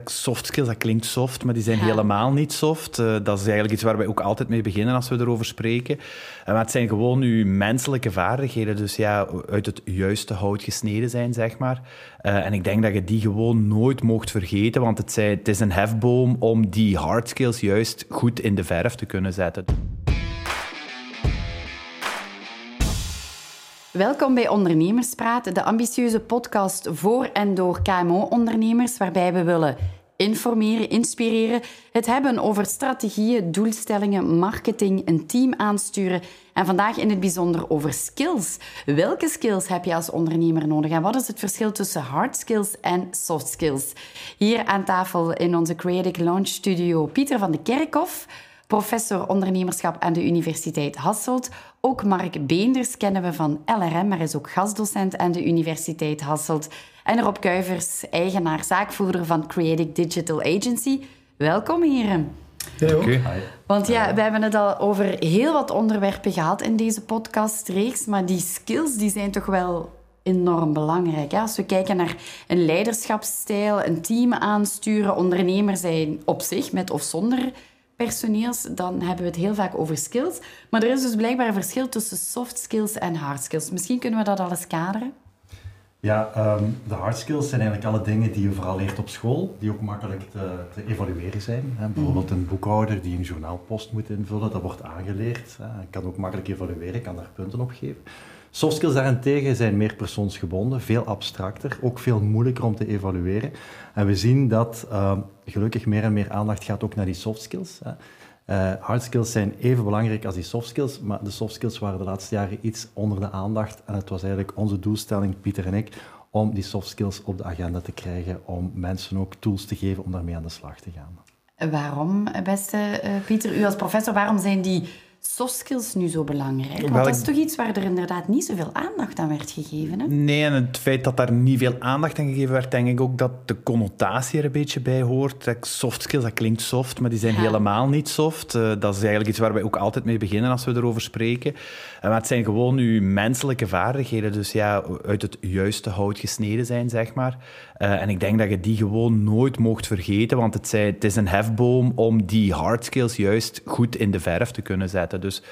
Soft skills, dat klinkt soft, maar die zijn helemaal niet soft. Dat is eigenlijk iets waar wij ook altijd mee beginnen als we erover spreken. Maar het zijn gewoon uw menselijke vaardigheden, dus ja, uit het juiste hout gesneden zijn, zeg maar. En ik denk dat je die gewoon nooit mocht vergeten, want het is een hefboom om die hard skills juist goed in de verf te kunnen zetten. Welkom bij Ondernemerspraat, de ambitieuze podcast voor en door KMO-ondernemers, waarbij we willen informeren, inspireren, het hebben over strategieën, doelstellingen, marketing, een team aansturen en vandaag in het bijzonder over skills. Welke skills heb je als ondernemer nodig en wat is het verschil tussen hard skills en soft skills? Hier aan tafel in onze Creative Launch Studio Pieter van de Kerkhof, professor ondernemerschap aan de Universiteit Hasselt. Ook Mark Beenders kennen we van LRM, maar is ook gastdocent aan de Universiteit Hasselt. En Rob Kuivers, eigenaar, zaakvoerder van Creative Digital Agency. Welkom, heren. Okay. Want ja, we hebben het al over heel wat onderwerpen gehad in deze podcastreeks, maar die skills die zijn toch wel enorm belangrijk. Hè? Als we kijken naar een leiderschapsstijl, een team aansturen, ondernemer zijn op zich, met of zonder personeels, dan hebben we het heel vaak over skills. Maar er is dus blijkbaar een verschil tussen soft skills en hard skills. Misschien kunnen we dat al eens kaderen? Ja, de hard skills zijn eigenlijk alle dingen die je vooral leert op school, die ook makkelijk te evalueren zijn. Hè. Bijvoorbeeld een boekhouder die een journaalpost moet invullen, dat wordt aangeleerd. Hè. Kan ook makkelijk evalueren, kan daar punten op geven. Soft skills daarentegen zijn meer persoonsgebonden, veel abstracter, ook veel moeilijker om te evalueren. En we zien dat gelukkig meer en meer aandacht gaat ook naar die soft skills. Hè. Hard skills zijn even belangrijk als die soft skills, maar de soft skills waren de laatste jaren iets onder de aandacht. En het was eigenlijk onze doelstelling, Pieter en ik, om die soft skills op de agenda te krijgen, om mensen ook tools te geven om daarmee aan de slag te gaan. Waarom, beste Pieter, u als professor, waarom zijn die soft skills nu zo belangrijk? Want dat is toch iets waar er inderdaad niet zoveel aandacht aan werd gegeven, hè? Nee, en het feit dat daar niet veel aandacht aan gegeven werd, denk ik ook dat de connotatie er een beetje bij hoort. Soft skills, dat klinkt soft, maar die zijn helemaal niet soft. Dat is eigenlijk iets waar wij ook altijd mee beginnen als we erover spreken. Maar het zijn gewoon uw menselijke vaardigheden, dus ja, uit het juiste hout gesneden zijn, zeg maar. En ik denk dat je die gewoon nooit mocht vergeten, want het is een hefboom om die hard skills juist goed in de verf te kunnen zetten. Dus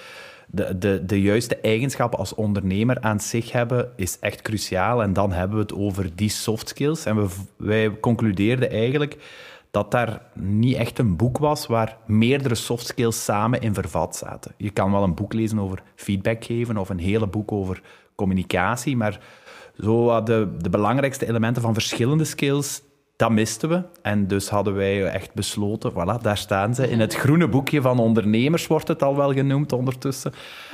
de juiste eigenschappen als ondernemer aan zich hebben is echt cruciaal. En dan hebben we het over die soft skills. En wij concludeerden eigenlijk dat daar niet echt een boek was waar meerdere soft skills samen in vervat zaten. Je kan wel een boek lezen over feedback geven of een hele boek over communicatie, maar zo de belangrijkste elementen van verschillende skills, dat misten we. En dus hadden wij echt besloten, voilà, daar staan ze. In het groene boekje van ondernemers wordt het al wel genoemd ondertussen.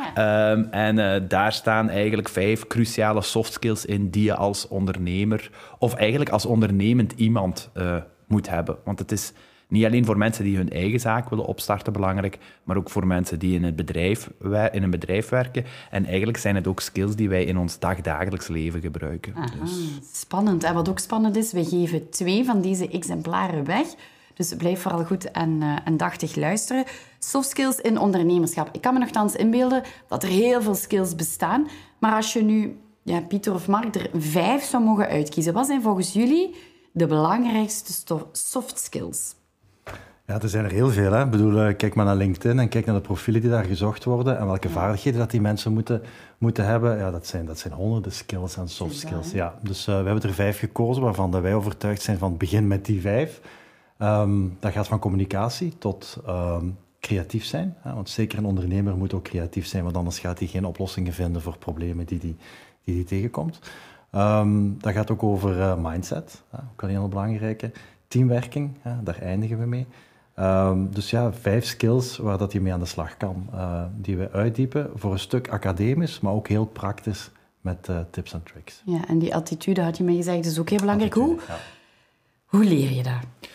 Ja. Daar staan eigenlijk 5 cruciale soft skills in die je als ondernemer, of eigenlijk als ondernemend iemand moet hebben. Want het is niet alleen voor mensen die hun eigen zaak willen opstarten belangrijk, maar ook voor mensen die in een bedrijf werken. En eigenlijk zijn het ook skills die wij in ons dagdagelijks leven gebruiken. Dus. Spannend. En wat ook spannend is, we geven 2 van deze exemplaren weg. Dus blijf vooral goed en aandachtig luisteren. Soft skills in ondernemerschap. Ik kan me nogthans inbeelden dat er heel veel skills bestaan. Maar als je nu, Pieter of Mark, er 5 zou mogen uitkiezen, wat zijn volgens jullie de belangrijkste soft skills? Ja, er zijn er heel veel. Hè. Ik bedoel, kijk maar naar LinkedIn en kijk naar de profielen die daar gezocht worden en welke vaardigheden dat die mensen moeten hebben. Ja, dat zijn honderden skills en soft skills. Ja. Dus we hebben er 5 gekozen waarvan wij overtuigd zijn van begin met die 5. Dat gaat van communicatie tot creatief zijn. Hè. Want zeker een ondernemer moet ook creatief zijn, want anders gaat hij geen oplossingen vinden voor problemen die tegenkomt. Dat gaat ook over mindset, ook een heel belangrijke. Teamwerking, daar eindigen we mee. Dus ja, 5 skills waar dat je mee aan de slag kan. Die we uitdiepen voor een stuk academisch, maar ook heel praktisch met tips en tricks. Ja, en die attitude had je mij gezegd, is ook heel belangrijk. Hoe leer je dat?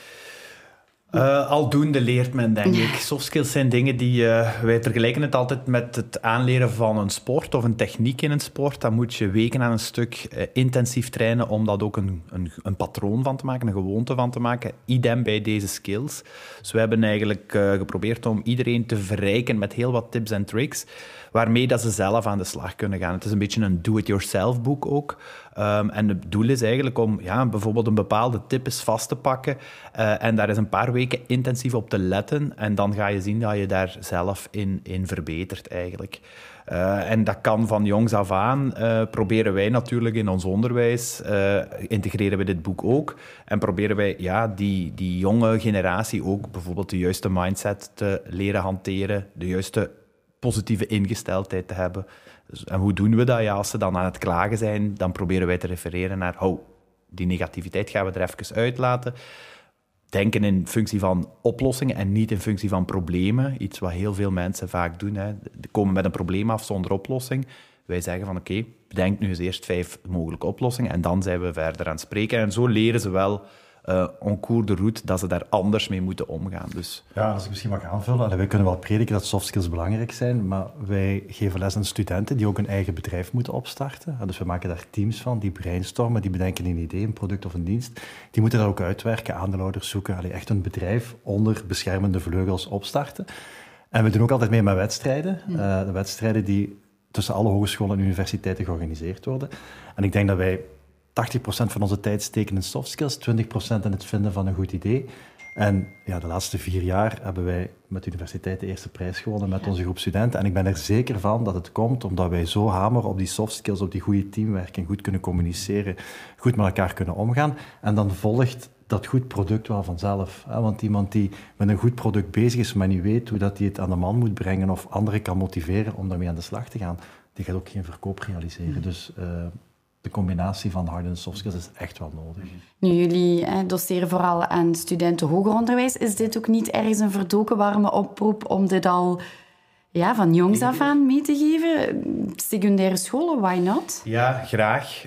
Aldoende leert men, denk ik. Soft skills zijn dingen die... wij vergelijken het altijd met het aanleren van een sport of een techniek in een sport. Dan moet je weken aan een stuk intensief trainen om dat ook een patroon van te maken, een gewoonte van te maken. Idem bij deze skills. Dus we hebben eigenlijk geprobeerd om iedereen te verrijken met heel wat tips en tricks, waarmee dat ze zelf aan de slag kunnen gaan. Het is een beetje een do-it-yourself boek ook. En het doel is eigenlijk om bijvoorbeeld een bepaalde tip eens vast te pakken en daar eens een paar weken intensief op te letten. En dan ga je zien dat je daar zelf in verbetert eigenlijk. En dat kan van jongs af aan. Proberen wij natuurlijk in ons onderwijs, integreren we dit boek ook. En proberen wij die jonge generatie ook bijvoorbeeld de juiste mindset te leren hanteren, de juiste positieve ingesteldheid te hebben. En hoe doen we dat? Ja, als ze dan aan het klagen zijn, dan proberen wij te refereren naar die negativiteit gaan we er even uitlaten. Denken in functie van oplossingen en niet in functie van problemen. Iets wat heel veel mensen vaak doen. Hè. Die komen met een probleem af zonder oplossing. Wij zeggen van oké, bedenk nu eens eerst 5 mogelijke oplossingen en dan zijn we verder aan het spreken. En zo leren ze wel en cours de route dat ze daar anders mee moeten omgaan. Dus. Ja, als ik misschien mag aanvullen. Wij kunnen wel prediken dat soft skills belangrijk zijn, maar wij geven les aan studenten die ook een eigen bedrijf moeten opstarten. Dus we maken daar teams van, die brainstormen, die bedenken een idee, een product of een dienst. Die moeten dat ook uitwerken, aandeelhouders zoeken, echt een bedrijf onder beschermende vleugels opstarten. En we doen ook altijd mee met wedstrijden. De wedstrijden die tussen alle hogescholen en universiteiten georganiseerd worden. En ik denk dat wij 80% van onze tijd steken in soft skills, 20% in het vinden van een goed idee. En de laatste 4 jaar hebben wij met de universiteit de eerste prijs gewonnen met onze groep studenten. En ik ben er zeker van dat het komt omdat wij zo hameren op die soft skills, op die goede teamwerking, goed kunnen communiceren, goed met elkaar kunnen omgaan. En dan volgt dat goed product wel vanzelf. Want iemand die met een goed product bezig is, maar niet weet hoe dat hij het aan de man moet brengen of anderen kan motiveren om daarmee aan de slag te gaan, die gaat ook geen verkoop realiseren. Dus de combinatie van hard en soft skills is echt wel nodig. Nu, jullie doseren vooral aan studenten hoger onderwijs. Is dit ook niet ergens een verdoken warme oproep om dit al van jongs af aan mee te geven? Secundaire scholen, why not? Ja, graag.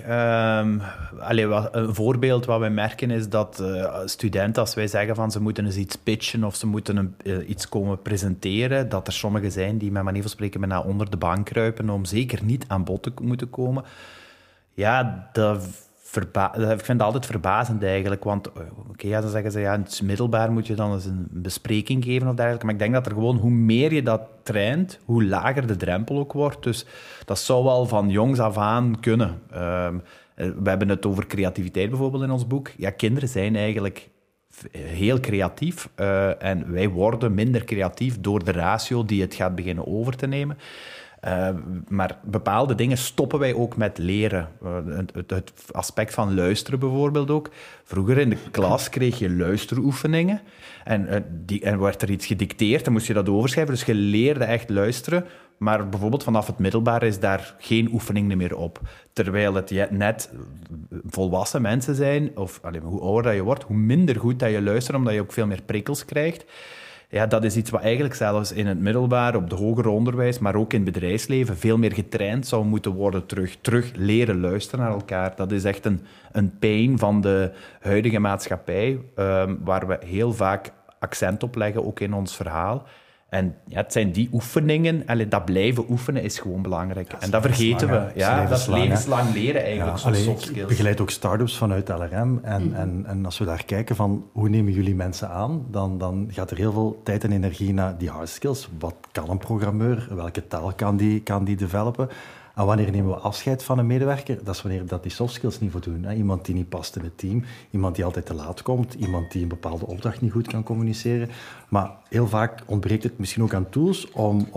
Een voorbeeld wat wij merken is dat studenten, als wij zeggen van ze moeten eens iets pitchen of ze moeten iets komen presenteren, dat er sommigen zijn die met manier van spreken bijna onder de bank kruipen om zeker niet aan bod te moeten komen. Ja, ik vind het altijd verbazend eigenlijk. Want dan zeggen ze, in het middelbaar moet je dan eens een bespreking geven of dergelijke. Maar ik denk dat er gewoon, hoe meer je dat traint, hoe lager de drempel ook wordt. Dus dat zou wel van jongs af aan kunnen. We hebben het over creativiteit bijvoorbeeld in ons boek. Ja, kinderen zijn eigenlijk heel creatief. En wij worden minder creatief door de ratio die het gaat beginnen over te nemen. Maar bepaalde dingen stoppen wij ook met leren. Het aspect van luisteren bijvoorbeeld ook. Vroeger in de klas kreeg je luisteroefeningen en werd er iets gedicteerd, dan moest je dat overschrijven. Dus je leerde echt luisteren. Maar bijvoorbeeld vanaf het middelbaar is daar geen oefening meer op. Terwijl het net volwassen mensen zijn, of hoe ouder dat je wordt, hoe minder goed dat je luistert, omdat je ook veel meer prikkels krijgt. Ja, dat is iets wat eigenlijk zelfs in het middelbaar, op het hoger onderwijs, maar ook in het bedrijfsleven veel meer getraind zou moeten worden terug leren luisteren naar elkaar. Dat is echt een pijn van de huidige maatschappij, waar we heel vaak accent op leggen, ook in ons verhaal. En het zijn die oefeningen, dat blijven oefenen is gewoon belangrijk. En dat vergeten we. Ja, dat is levenslang leren eigenlijk, zo'n soft skills. Ik begeleid ook start-ups vanuit LRM. En als we daar kijken van hoe nemen jullie mensen aan, dan gaat er heel veel tijd en energie naar die hard skills. Wat kan een programmeur? Welke taal kan die developen? En wanneer nemen we afscheid van een medewerker? Dat is wanneer dat die soft skills niet voldoen. Iemand die niet past in het team, iemand die altijd te laat komt, iemand die een bepaalde opdracht niet goed kan communiceren. Maar heel vaak ontbreekt het misschien ook aan tools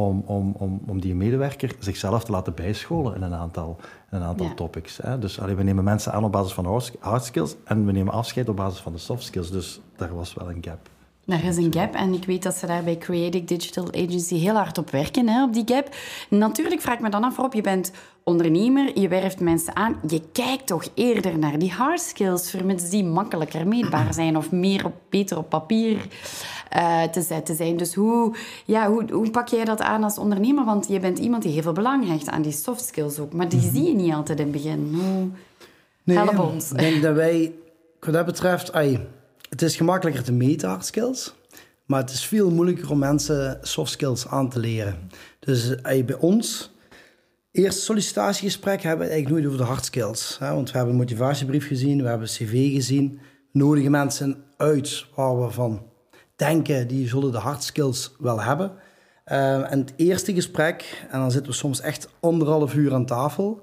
om die medewerker zichzelf te laten bijscholen in een aantal topics. Dus we nemen mensen aan op basis van hard skills en we nemen afscheid op basis van de soft skills. Dus daar was wel een gap. Er is een gap en ik weet dat ze daar bij Creative Digital Agency heel hard op werken, op die gap. Natuurlijk vraag ik me dan af, Rob, je bent ondernemer, je werft mensen aan. Je kijkt toch eerder naar die hard skills, vermits die makkelijker meetbaar zijn of beter op papier te zetten zijn. Dus hoe pak jij dat aan als ondernemer? Want je bent iemand die heel veel belang hecht aan die soft skills ook, maar die zie je niet altijd in het begin. Help ons. Ik denk dat wij, wat dat betreft, het is gemakkelijker te meten, hard skills. Maar het is veel moeilijker om mensen soft skills aan te leren. Dus bij ons, eerste sollicitatiegesprek, hebben we het eigenlijk nooit over de hard skills. Want we hebben een motivatiebrief gezien, we hebben een cv gezien. We nodigen mensen uit waar we van denken, die zullen de hard skills wel hebben. En het eerste gesprek, en dan zitten we soms echt 1,5 uur aan tafel,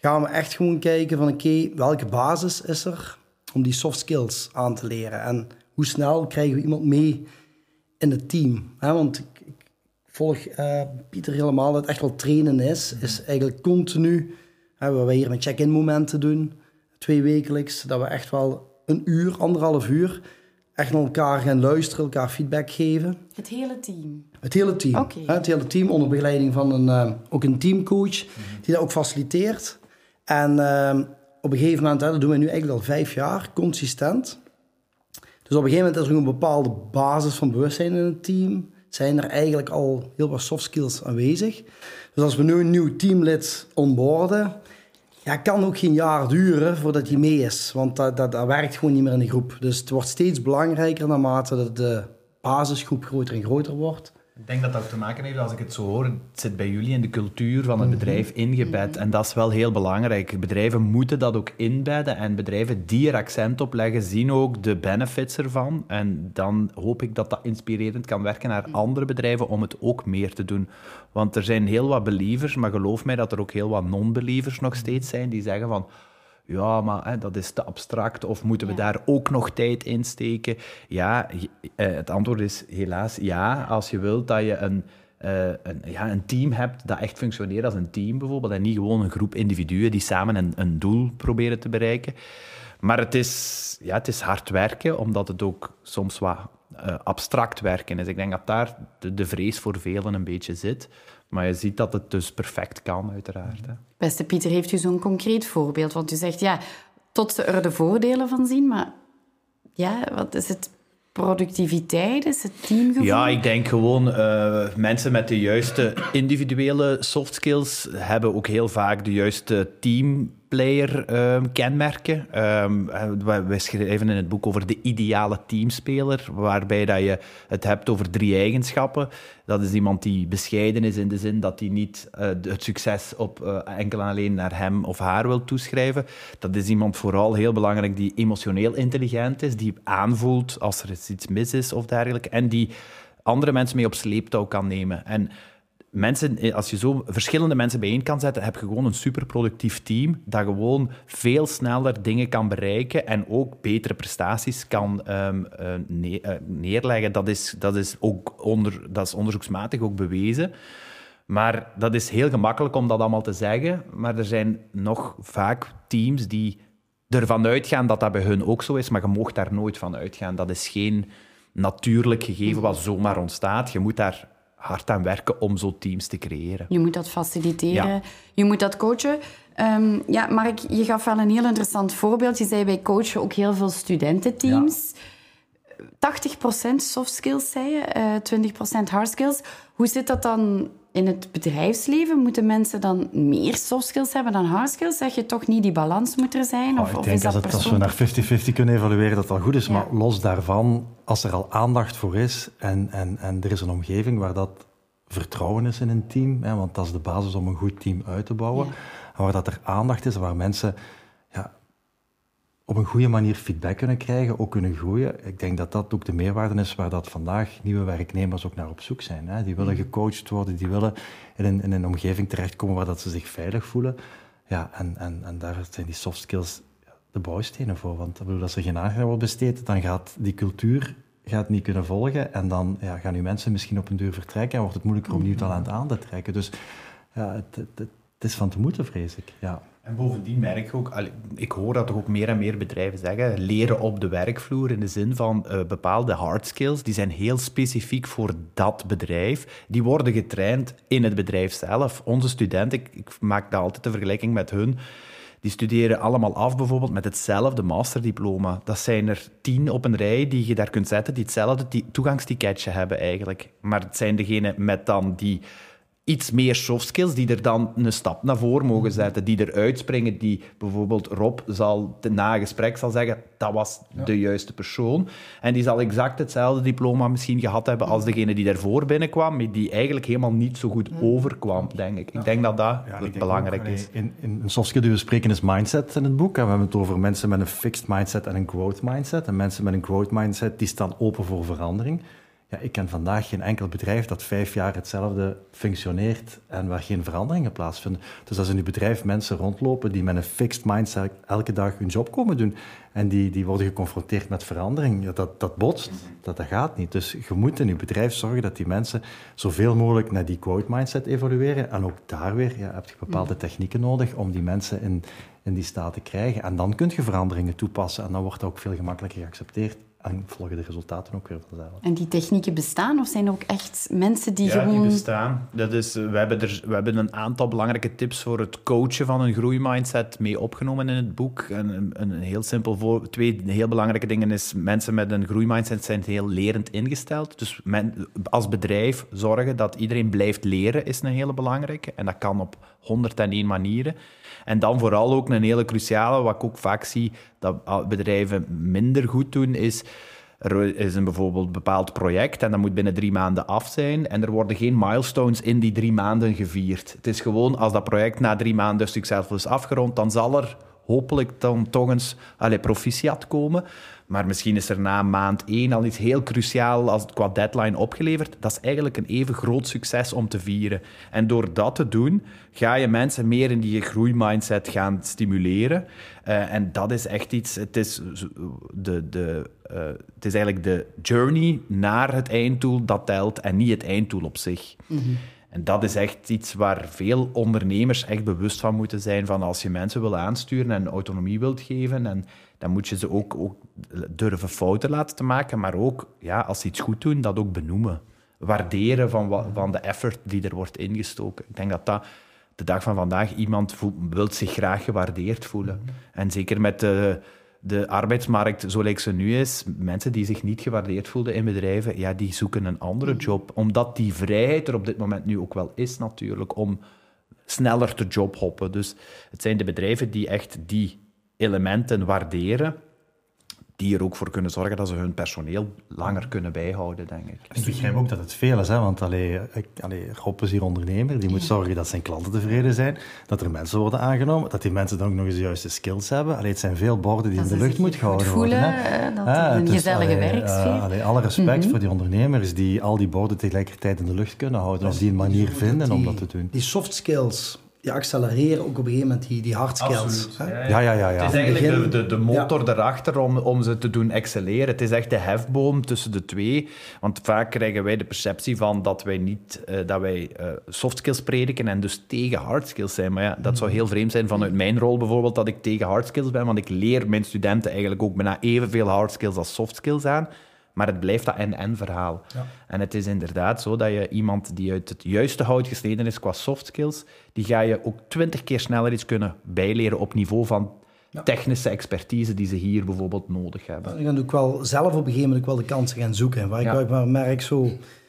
gaan we echt gewoon kijken van oké, welke basis is er om die soft skills aan te leren? En hoe snel krijgen we iemand mee in het team? Want ik volg Pieter helemaal, dat het echt wel trainen is eigenlijk continu, wat wij hier met check-in momenten doen, 2 wekelijks, dat we echt wel 1 uur, 1,5 uur, echt naar elkaar gaan luisteren, elkaar feedback geven. Het hele team? Het hele team. Okay. Het hele team onder begeleiding van ook een teamcoach, die dat ook faciliteert. En op een gegeven moment, dat doen we nu eigenlijk al 5 jaar, consistent. Dus op een gegeven moment is er een bepaalde basis van bewustzijn in het team. Zijn er eigenlijk al heel wat soft skills aanwezig. Dus als we nu een nieuw teamlid onboarden, kan ook geen jaar duren voordat hij mee is. Want dat werkt gewoon niet meer in de groep. Dus het wordt steeds belangrijker naarmate dat de basisgroep groter en groter wordt. Ik denk dat dat ook te maken heeft, als ik het zo hoor, het zit bij jullie in de cultuur van het bedrijf ingebed. En dat is wel heel belangrijk. Bedrijven moeten dat ook inbedden en bedrijven die er accent op leggen, zien ook de benefits ervan. En dan hoop ik dat dat inspirerend kan werken naar andere bedrijven om het ook meer te doen. Want er zijn heel wat believers, maar geloof mij dat er ook heel wat non-believers nog steeds zijn die zeggen van... Ja, maar dat is te abstract. Of moeten we daar ook nog tijd in steken? Ja, het antwoord is helaas ja. Als je wilt dat je een team hebt dat echt functioneert als een team bijvoorbeeld. En niet gewoon een groep individuen die samen een doel proberen te bereiken. Maar het is hard werken, omdat het ook soms wat abstract werken is. Ik denk dat daar de vrees voor velen een beetje zit. Maar je ziet dat het dus perfect kan, uiteraard. Hè. Beste Pieter, heeft u zo'n concreet voorbeeld? Want u zegt, tot ze er de voordelen van zien, maar wat is het? Productiviteit? Is het teamgevoel? Ja, ik denk gewoon mensen met de juiste individuele soft skills hebben ook heel vaak de juiste teamplayer kenmerken. We schrijven in het boek over de ideale teamspeler, waarbij dat je het hebt over 3 eigenschappen. Dat is iemand die bescheiden is in de zin dat hij niet het succes op enkel en alleen naar hem of haar wil toeschrijven. Dat is iemand vooral heel belangrijk die emotioneel intelligent is, die aanvoelt als er iets mis is of dergelijke, en die andere mensen mee op sleeptouw kan nemen. En mensen, als je zo verschillende mensen bijeen kan zetten, heb je gewoon een superproductief team dat gewoon veel sneller dingen kan bereiken en ook betere prestaties kan neerleggen. Dat is onderzoeksmatig ook bewezen. Maar dat is heel gemakkelijk om dat allemaal te zeggen. Maar er zijn nog vaak teams die ervan uitgaan dat dat bij hun ook zo is, maar je mag daar nooit van uitgaan. Dat is geen natuurlijk gegeven wat zomaar ontstaat. Je moet daar hard aan werken om zo teams te creëren. Je moet dat faciliteren, Ja. Je moet dat coachen. Mark, je gaf wel een heel interessant voorbeeld. Je zei, wij coachen ook heel veel studententeams. 80% soft skills, zei je, 20% hard skills. Hoe zit dat dan in het bedrijfsleven? Moeten mensen dan meer soft skills hebben dan hard skills? Zeg je toch niet die balans moet er zijn? Ik denk als we naar 50-50 kunnen evalueren, dat dat goed is. Ja. Maar los daarvan, als er al aandacht voor is en er is een omgeving waar dat vertrouwen is in een team, want dat is de basis om een goed team uit te bouwen, en waar dat er aandacht is, waar mensen op een goede manier feedback kunnen krijgen, ook kunnen groeien. Ik denk dat dat ook de meerwaarde is waar dat vandaag nieuwe werknemers ook naar op zoek zijn. Hè. Die willen gecoacht worden, die willen in een omgeving terechtkomen waar dat ze zich veilig voelen. Ja, en daar zijn die soft skills de bouwstenen voor. Want als er geen aandacht wordt besteed, dan gaat die cultuur niet kunnen volgen en dan gaan uw mensen misschien op een duur vertrekken en wordt het moeilijker om nieuw talent aan te trekken. Dus het is van te moeten, vrees ik. Ja. En bovendien merk ik ook, ik hoor dat toch ook meer en meer bedrijven zeggen, leren op de werkvloer in de zin van bepaalde hard skills, die zijn heel specifiek voor dat bedrijf. Die worden getraind in het bedrijf zelf. Onze studenten, ik maak daar altijd de vergelijking met hun, die studeren allemaal af bijvoorbeeld met hetzelfde masterdiploma. Dat zijn er 10 op een rij die je daar kunt zetten, die hetzelfde toegangsticketje hebben eigenlijk. Maar het zijn degenen met dan die iets meer soft skills, die er dan een stap naar voren mogen zetten, die eruit springen, die bijvoorbeeld Rob zal na een gesprek zal zeggen, dat was de juiste persoon. En die zal exact hetzelfde diploma misschien gehad hebben als degene die daarvoor binnenkwam, die eigenlijk helemaal niet zo goed overkwam, denk ik. Ik denk dat dat belangrijk is. In een soft skill die we spreken is mindset in het boek. En we hebben het over mensen met een fixed mindset en een growth mindset. En mensen met een growth mindset, die staan open voor verandering. Ja, ik ken vandaag geen enkel bedrijf dat 5 jaar hetzelfde functioneert en waar geen veranderingen plaatsvinden. Dus als in uw bedrijf mensen rondlopen die met een fixed mindset elke dag hun job komen doen en die worden geconfronteerd met verandering, ja, dat botst, dat gaat niet. Dus je moet in je bedrijf zorgen dat die mensen zoveel mogelijk naar die growth mindset evolueren. En ook daar weer heb je bepaalde technieken nodig om die mensen in die staat te krijgen. En dan kun je veranderingen toepassen en dan wordt dat ook veel gemakkelijker geaccepteerd. En volgen de resultaten ook weer vanzelf. En die technieken bestaan? Of zijn er ook echt mensen die gewoon... Ja, die bestaan. Dat is, we hebben een aantal belangrijke tips voor het coachen van een groeimindset mee opgenomen in het boek. Een heel simpel twee heel belangrijke dingen is, mensen met een groeimindset zijn heel lerend ingesteld. Dus als bedrijf zorgen dat iedereen blijft leren is een hele belangrijke. En dat kan op 101 manieren. En dan vooral ook een hele cruciale, wat ik ook vaak zie dat bedrijven minder goed doen, is er is een bijvoorbeeld bepaald project en dat moet binnen 3 maanden af zijn en er worden geen milestones in die 3 maanden gevierd. Het is gewoon, als dat project na 3 maanden succesvol is afgerond, dan zal er hopelijk dan toch eens proficiat komen. Maar misschien is er na maand 1 al iets heel cruciaal als qua deadline opgeleverd. Dat is eigenlijk een even groot succes om te vieren. En door dat te doen, ga je mensen meer in die groeimindset gaan stimuleren. En dat is echt iets... Het is eigenlijk de journey naar het einddoel dat telt en niet het einddoel op zich. Mm-hmm. En dat is echt iets waar veel ondernemers echt bewust van moeten zijn. Van als je mensen wil aansturen en autonomie wilt geven, en dan moet je ze ook durven fouten laten maken. Maar ook, als ze iets goed doen, dat ook benoemen. Waarderen van de effort die er wordt ingestoken. Ik denk dat de dag van vandaag iemand wil zich graag gewaardeerd voelen. En zeker met de arbeidsmarkt zoals ze nu is, mensen die zich niet gewaardeerd voelden in bedrijven, die zoeken een andere job. Omdat die vrijheid er op dit moment nu ook wel is natuurlijk, om sneller te jobhoppen. Dus het zijn de bedrijven die echt die elementen waarderen, die er ook voor kunnen zorgen dat ze hun personeel langer kunnen bijhouden, denk ik. Ik begrijp ook dat het veel is, hè? Want Rob is hier ondernemer, die moet zorgen dat zijn klanten tevreden zijn, dat er mensen worden aangenomen, dat die mensen dan ook nog eens de juiste skills hebben. Het zijn veel borden die in de lucht moeten gehouden worden. Dat een gezellige werksfeer. Alle respect voor die ondernemers die al die borden tegelijkertijd in de lucht kunnen houden, of die een manier vinden om dat te doen. Die soft skills, die accelereren ook op een gegeven moment die hard skills. Ja. Het is eigenlijk de motor erachter om ze te doen excelleren. Het is echt de hefboom tussen de twee. Want vaak krijgen wij de perceptie van dat wij soft skills prediken en dus tegen hard skills zijn. Maar dat zou heel vreemd zijn vanuit mijn rol bijvoorbeeld, dat ik tegen hard skills ben, want ik leer mijn studenten eigenlijk ook bijna evenveel hard skills als soft skills aan. Maar het blijft dat en verhaal. Ja. En het is inderdaad zo dat je iemand die uit het juiste hout gesneden is qua soft skills, die ga je ook 20 keer sneller iets kunnen bijleren op niveau van technische expertise die ze hier bijvoorbeeld nodig hebben. Je gaat ook wel zelf op een gegeven moment wel de kansen gaan zoeken. Waar ik maar merk, zo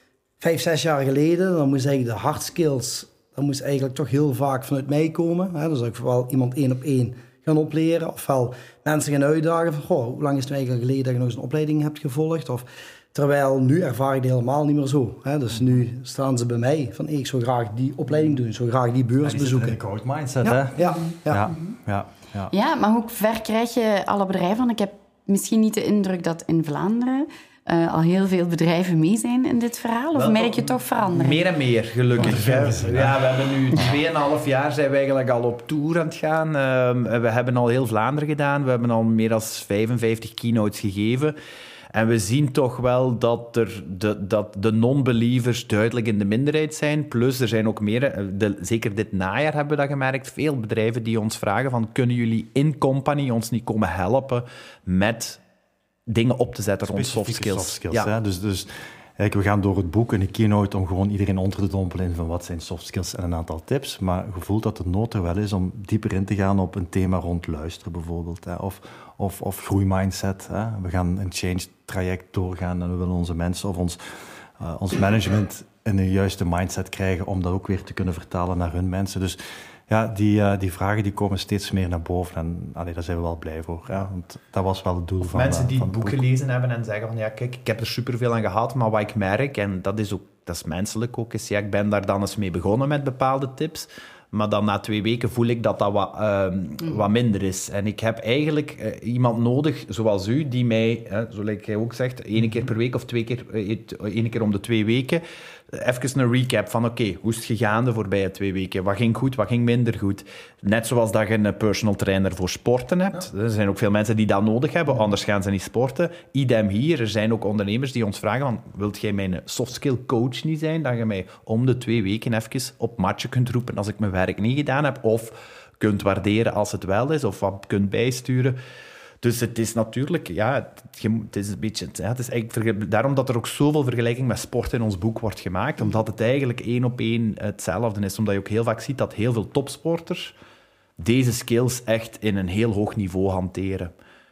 5-6 jaar geleden, dan moest eigenlijk de hard skills, dat moest eigenlijk toch heel vaak vanuit mij komen. Hè? Dus dat ik wel iemand 1-op-1 gaan opleren, ofwel mensen gaan uitdagen van, hoe lang is het eigenlijk geleden dat je nog eens een opleiding hebt gevolgd? Terwijl nu ervaar ik het helemaal niet meer zo. Hè? Dus nu staan ze bij mij van, ik zou graag die opleiding doen, ik zou graag die beurs bezoeken. Dat is een growth mindset, hè? Ja, maar hoe ver krijg je alle bedrijven van? Ik heb misschien niet de indruk dat in Vlaanderen al heel veel bedrijven mee zijn in dit verhaal? Of merk je toch verandering? Meer en meer, gelukkig. We hebben nu 2,5 jaar zijn we eigenlijk al op tour aan het gaan. We hebben al heel Vlaanderen gedaan. We hebben al meer dan 55 keynotes gegeven. En we zien toch wel dat de non-believers duidelijk in de minderheid zijn. Plus, er zijn ook meer, zeker dit najaar hebben we dat gemerkt, veel bedrijven die ons vragen van, kunnen jullie in company ons niet komen helpen met dingen op te zetten rond soft skills. Ja. Dus we gaan door het boek en de keynote om gewoon iedereen onder te dompelen in van wat zijn soft skills en een aantal tips. Maar je voelt dat de nood er wel is om dieper in te gaan op een thema rond luisteren bijvoorbeeld. Hè, of groeimindset. Hè. We gaan een change traject doorgaan en we willen onze mensen of ons management in een juiste mindset krijgen om dat ook weer te kunnen vertalen naar hun mensen. Dus ja, die vragen die komen steeds meer naar boven en daar zijn we wel blij voor. Ja, want dat was wel het doel van mensen die van het boek gelezen hebben en zeggen van, kijk, ik heb er superveel aan gehad, maar wat ik merk, en dat is menselijk ook, is ik ben daar dan eens mee begonnen met bepaalde tips, Maar dan na 2 weken voel ik dat wat minder is. En ik heb eigenlijk iemand nodig, zoals u, die mij, zoals jij ook zegt, 1 keer per week of 2 keer, 1 keer om de 2 weken, even een recap van oké, hoe is het gegaan de voorbije 2 weken? Wat ging goed, wat ging minder goed? Net zoals dat je een personal trainer voor sporten hebt. Ja. Er zijn ook veel mensen die dat nodig hebben, anders gaan ze niet sporten. Idem hier. Er zijn ook ondernemers die ons vragen van, wilt jij mijn softskill coach niet zijn? Dat je mij om de 2 weken even op matje kunt roepen als ik mijn werk niet gedaan heb. Of kunt waarderen als het wel is, of wat kunt bijsturen. Dus het is natuurlijk, het is een beetje... Het is eigenlijk daarom dat er ook zoveel vergelijking met sport in ons boek wordt gemaakt, omdat het eigenlijk 1 op 1 hetzelfde is. Omdat je ook heel vaak ziet dat heel veel topsporters deze skills echt in een heel hoog niveau hanteren.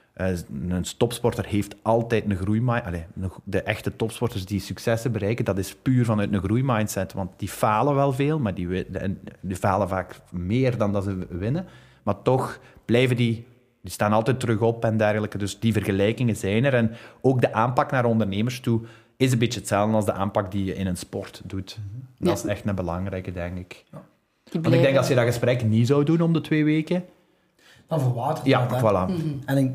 Een topsporter heeft altijd een groeimindset. De echte topsporters die successen bereiken, dat is puur vanuit een groeimindset. Want die falen wel veel, maar die falen vaak meer dan dat ze winnen. Maar toch blijven die staan altijd terug op en dergelijke. Dus die vergelijkingen zijn er. En ook de aanpak naar ondernemers toe is een beetje hetzelfde als de aanpak die je in een sport doet. Dat is echt een belangrijke, denk ik. Ja. Want ik denk, als je dat gesprek niet zou doen om de 2 weken... Dan verwatert ja, dat. Voilà. En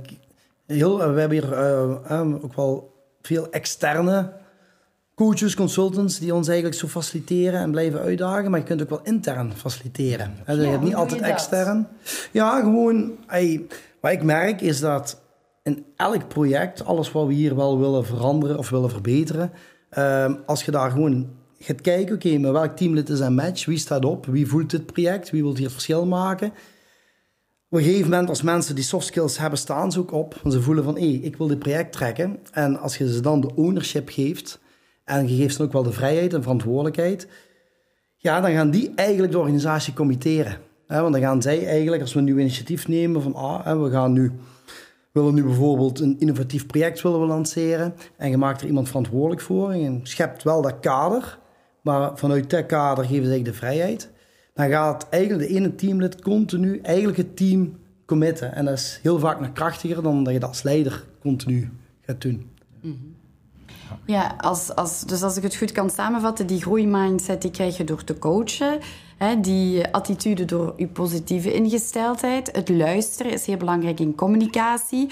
we hebben hier ook wel veel externe coaches, consultants, die ons eigenlijk zo faciliteren en blijven uitdagen. Maar je kunt ook wel intern faciliteren. Je hebt niet altijd extern. Ja, gewoon... Wat ik merk is dat in elk project, alles wat we hier wel willen veranderen of willen verbeteren, als je daar gewoon gaat kijken, oké, met welk teamlid is een match, wie staat op, wie voelt dit project, wie wil hier het verschil maken. Op een gegeven moment, als mensen die soft skills hebben, staan ze ook op. Want ze voelen van, ik wil dit project trekken. En als je ze dan de ownership geeft, en je geeft ze ook wel de vrijheid en verantwoordelijkheid, ja, dan gaan die eigenlijk de organisatie committeren. Want dan gaan zij eigenlijk, als we een nieuw initiatief nemen, van we willen nu bijvoorbeeld een innovatief project willen we lanceren en je maakt er iemand verantwoordelijk voor en je schept wel dat kader, maar vanuit dat kader geven ze eigenlijk de vrijheid. Dan gaat eigenlijk de ene teamlid continu eigenlijk het team committen. En dat is heel vaak nog krachtiger dan dat je dat als leider continu gaat doen. Mm-hmm. Ja, dus als ik het goed kan samenvatten, die groeimindset die krijg je door te coachen. Die attitude door je positieve ingesteldheid. Het luisteren is heel belangrijk in communicatie.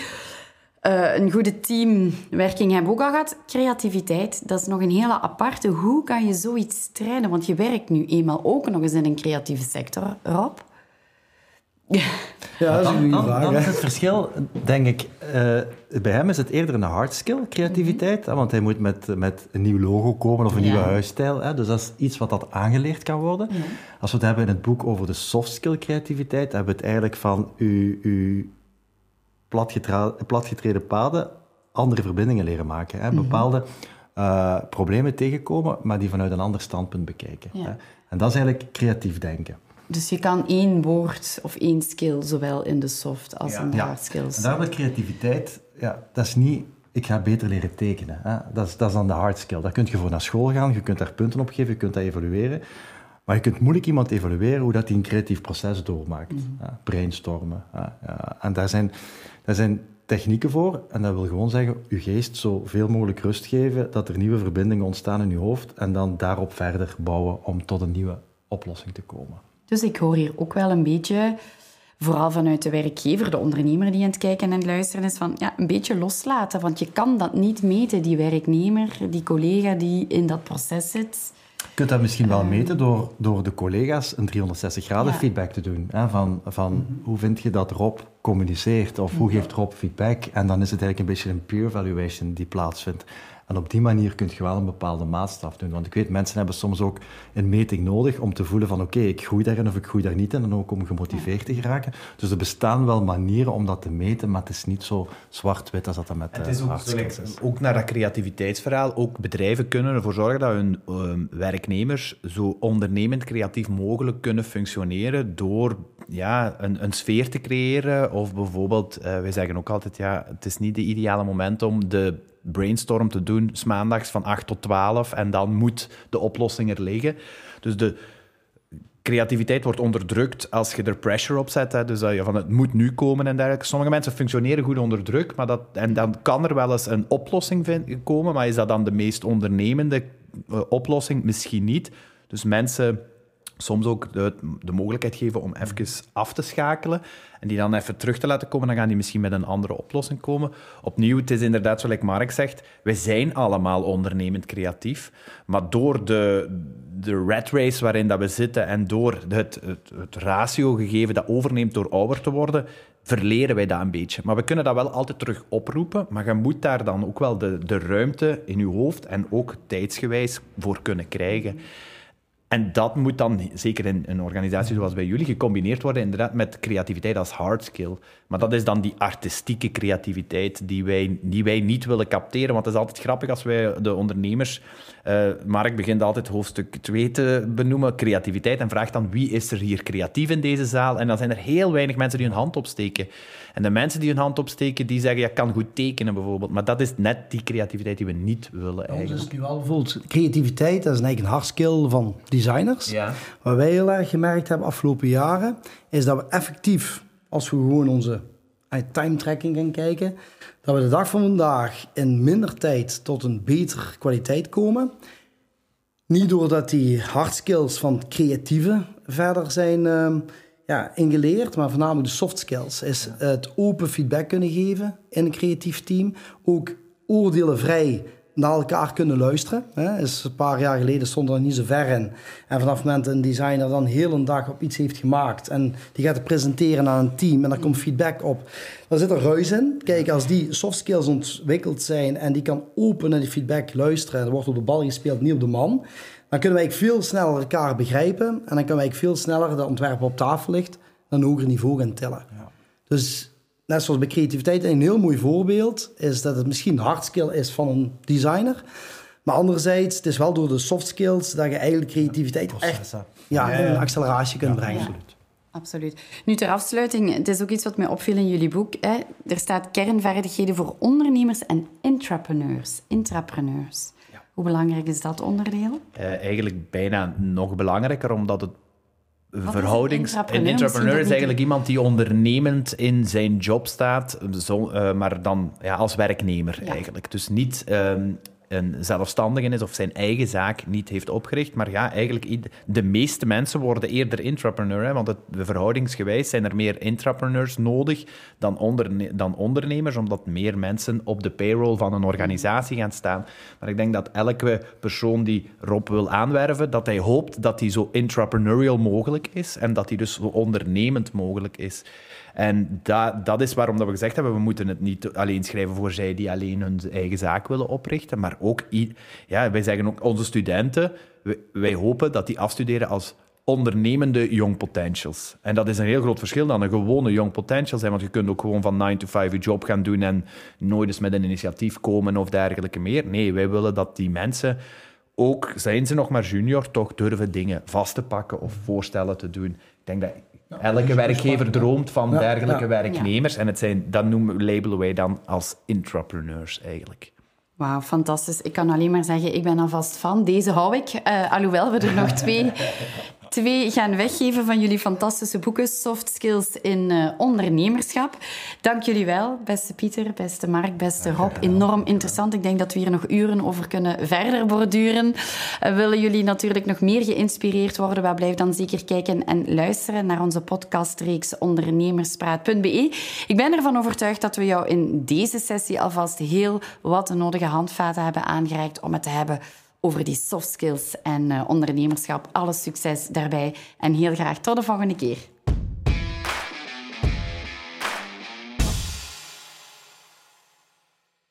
Een goede teamwerking hebben we ook al gehad. Creativiteit, dat is nog een hele aparte. Hoe kan je zoiets trainen? Want je werkt nu eenmaal ook nog eens in een creatieve sector, Rob. Ja, dat is een goede vraag. Dan is het verschil, denk ik... bij hem is het eerder een hard skill, creativiteit. Want hij moet met een nieuw logo komen of een nieuwe huisstijl. Dus dat is iets wat dat aangeleerd kan worden. Ja. Als we het hebben in het boek over de soft skill creativiteit, hebben we het eigenlijk van uw platgetreden paden andere verbindingen leren maken. Bepaalde problemen tegenkomen, maar die vanuit een ander standpunt bekijken. Ja. En dat is eigenlijk creatief denken. Dus je kan 1 woord of 1 skill, zowel in de soft als in de hard skills. En daar met creativiteit, dat is niet... Ik ga beter leren tekenen. Hè. Dat is dan de hard skill. Daar kun je voor naar school gaan, je kunt daar punten op geven, je kunt dat evalueren. Maar je kunt moeilijk iemand evalueren hoe dat hij een creatief proces doormaakt. Brainstormen. En daar zijn technieken voor. En dat wil gewoon zeggen, je geest zoveel mogelijk rust geven, dat er nieuwe verbindingen ontstaan in je hoofd en dan daarop verder bouwen om tot een nieuwe oplossing te komen. Dus ik hoor hier ook wel een beetje, vooral vanuit de werkgever, de ondernemer die aan het kijken en luisteren is, van een beetje loslaten. Want je kan dat niet meten, die werknemer, die collega die in dat proces zit. Je kunt dat misschien wel meten door de collega's een 360 graden feedback te doen. Hè? Van hoe vind je dat Rob communiceert? Of hoe geeft Rob feedback? En dan is het eigenlijk een beetje een peer evaluation die plaatsvindt. En op die manier kun je wel een bepaalde maatstaf doen. Want ik weet, mensen hebben soms ook een meting nodig om te voelen van oké, ik groei daarin of ik groei daar niet in. En ook om gemotiveerd te geraken. Dus er bestaan wel manieren om dat te meten, maar het is niet zo zwart-wit als dat met hard skills is. Ook naar dat creativiteitsverhaal. Ook bedrijven kunnen ervoor zorgen dat hun werknemers zo ondernemend creatief mogelijk kunnen functioneren door een sfeer te creëren. Of bijvoorbeeld, wij zeggen ook altijd, het is niet de ideale moment om de brainstorm te doen, 's maandags van 8 tot 12 en dan moet de oplossing er liggen. Dus de creativiteit wordt onderdrukt als je er pressure op zet. Hè. Dus dat je van het moet nu komen en dergelijke. Sommige mensen functioneren goed onder druk, maar dan kan er wel eens een oplossing komen, maar is dat dan de meest ondernemende oplossing? Misschien niet. Dus mensen soms ook de mogelijkheid geven om even af te schakelen en die dan even terug te laten komen, dan gaan die misschien met een andere oplossing komen. Opnieuw, het is inderdaad, zoals Mark zegt, wij zijn allemaal ondernemend creatief, maar door de rat race waarin dat we zitten en door het ratio gegeven dat overneemt door ouder te worden, verleren wij dat een beetje. Maar we kunnen dat wel altijd terug oproepen, maar je moet daar dan ook wel de ruimte in je hoofd en ook tijdsgewijs voor kunnen krijgen. En dat moet dan, zeker in een organisatie zoals bij jullie, gecombineerd worden inderdaad met creativiteit als hard skill. Maar dat is dan die artistieke creativiteit die wij niet willen capteren. Want het is altijd grappig als wij de ondernemers... Mark begint altijd hoofdstuk 2 te benoemen, creativiteit, en vraagt dan wie is er hier creatief in deze zaal? En dan zijn er heel weinig mensen die hun hand opsteken. En de mensen die hun hand opsteken, die zeggen, ja, ik kan goed tekenen bijvoorbeeld. Maar dat is net die creativiteit die we niet willen eigenlijk. Dus nu wel bijvoorbeeld creativiteit, dat is eigenlijk een hard skill van designers. Ja. Wat wij heel erg gemerkt hebben afgelopen jaren, is dat we effectief, als we gewoon onze time tracking gaan kijken, dat we de dag van vandaag in minder tijd tot een betere kwaliteit komen. Niet doordat die hard skills van het creatieve verder zijn ingeleerd, maar voornamelijk de soft skills. Is het open feedback kunnen geven in een creatief team. Ook oordelen vrij naar elkaar kunnen luisteren. Is een paar jaar geleden stond er niet zo ver in. En vanaf het moment dat een designer dan heel een dag op iets heeft gemaakt en die gaat het presenteren aan een team en daar komt feedback op, dan zit er ruis in. Kijk, als die soft skills ontwikkeld zijn en die kan open naar die feedback luisteren en er wordt op de bal gespeeld, niet op de man, dan kunnen wij veel sneller elkaar begrijpen en dan kunnen wij veel sneller dat ontwerp op tafel ligt naar een hoger niveau gaan tillen. Ja. Dus net zoals bij creativiteit, een heel mooi voorbeeld is dat het misschien een hard skill is van een designer. Maar anderzijds, het is wel door de soft skills dat je eigenlijk creativiteit echt in een acceleratie kunt brengen. Ja. Absoluut. Nu, ter afsluiting, het is ook iets wat mij opviel in jullie boek. Hè. Er staat kernvaardigheden voor ondernemers en intrapreneurs. Ja. Hoe belangrijk is dat onderdeel? Eigenlijk bijna nog belangrijker, omdat het een intrapreneur is eigenlijk iemand die ondernemend in zijn job staat, maar dan als werknemer eigenlijk. Dus niet een zelfstandige is of zijn eigen zaak niet heeft opgericht, maar eigenlijk de meeste mensen worden eerder intrapreneur, want verhoudingsgewijs zijn er meer intrapreneurs nodig dan ondernemers, omdat meer mensen op de payroll van een organisatie gaan staan. Maar ik denk dat elke persoon die Rob wil aanwerven, dat hij hoopt dat hij zo intrapreneurial mogelijk is en dat hij dus zo ondernemend mogelijk is. En dat is waarom dat we gezegd hebben, we moeten het niet alleen schrijven voor zij die alleen hun eigen zaak willen oprichten, maar ook, wij zeggen ook onze studenten, wij hopen dat die afstuderen als ondernemende young potentials. En dat is een heel groot verschil dan een gewone young potential zijn, want je kunt ook gewoon van 9 to 5 je job gaan doen en nooit eens met een initiatief komen of dergelijke meer. Nee, wij willen dat die mensen, ook zijn ze nog maar junior, toch durven dingen vast te pakken of voorstellen te doen. Ik denk dat elke werkgever droomt van dergelijke werknemers. En dat labelen wij dan als intrapreneurs eigenlijk. Wauw, fantastisch. Ik kan alleen maar zeggen, ik ben alvast fan. Deze hou ik. Alhoewel we er nog twee gaan weggeven van jullie fantastische boeken. Soft Skills in ondernemerschap. Dank jullie wel, beste Pieter, beste Mark, beste Rob. Enorm interessant. Ik denk dat we hier nog uren over kunnen verder borduren. Willen jullie natuurlijk nog meer geïnspireerd worden? Wel, blijf dan zeker kijken en luisteren naar onze podcastreeks ondernemerspraat.be. Ik ben ervan overtuigd dat we jou in deze sessie alvast heel wat nodige handvaten hebben aangereikt om het te hebben over die soft skills en ondernemerschap. Alle succes daarbij en heel graag tot de volgende keer.